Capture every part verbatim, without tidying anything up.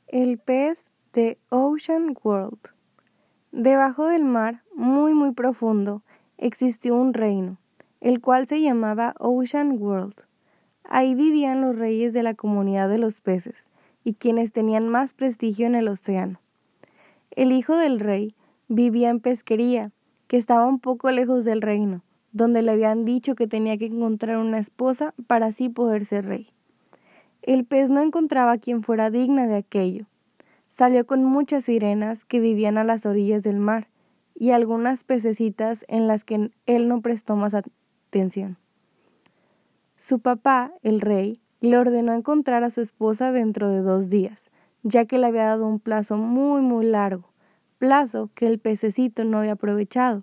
El pez de Ocean World. Debajo del mar, muy muy profundo, existió un reino, el cual se llamaba Ocean World. Ahí vivían los reyes de la comunidad de los peces, y quienes tenían más prestigio en el océano. El hijo del rey vivía en Pesquería, que estaba un poco lejos del reino, donde le habían dicho que tenía que encontrar una esposa para así poder ser rey. El pez no encontraba a quien fuera digna de aquello. Salió con muchas sirenas que vivían a las orillas del mar y algunas pececitas en las que él no prestó más atención. Su papá, el rey, le ordenó encontrar a su esposa dentro de dos días, ya que le había dado un plazo muy muy largo, plazo que el pececito no había aprovechado.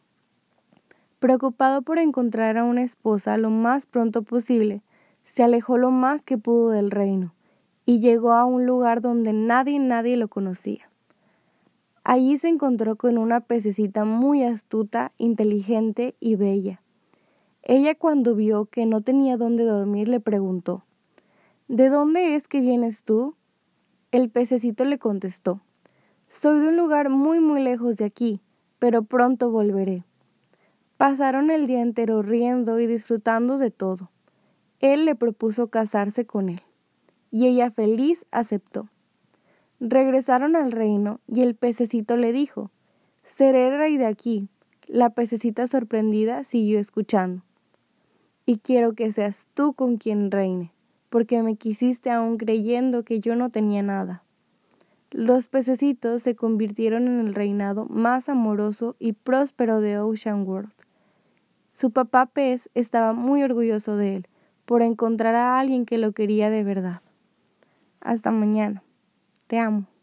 Preocupado por encontrar a una esposa lo más pronto posible, se alejó lo más que pudo del reino y llegó a un lugar donde nadie nadie lo conocía. Allí se encontró con una pececita muy astuta, inteligente y bella. Ella, cuando vio que no tenía dónde dormir, le preguntó: ¿De dónde es que vienes tú? El pececito le contestó: Soy de un lugar muy muy lejos de aquí, pero pronto volveré. Pasaron el día entero riendo y disfrutando de todo. Él le propuso casarse con él, y ella feliz aceptó. Regresaron al reino y el pececito le dijo: Seré rey de aquí. La pececita sorprendida siguió escuchando. Y quiero que seas tú con quien reine, porque me quisiste aún creyendo que yo no tenía nada. Los pececitos se convirtieron en el reinado más amoroso y próspero de Ocean World. Su papá pez estaba muy orgulloso de él, por encontrar a alguien que lo quería de verdad. Hasta mañana. Te amo.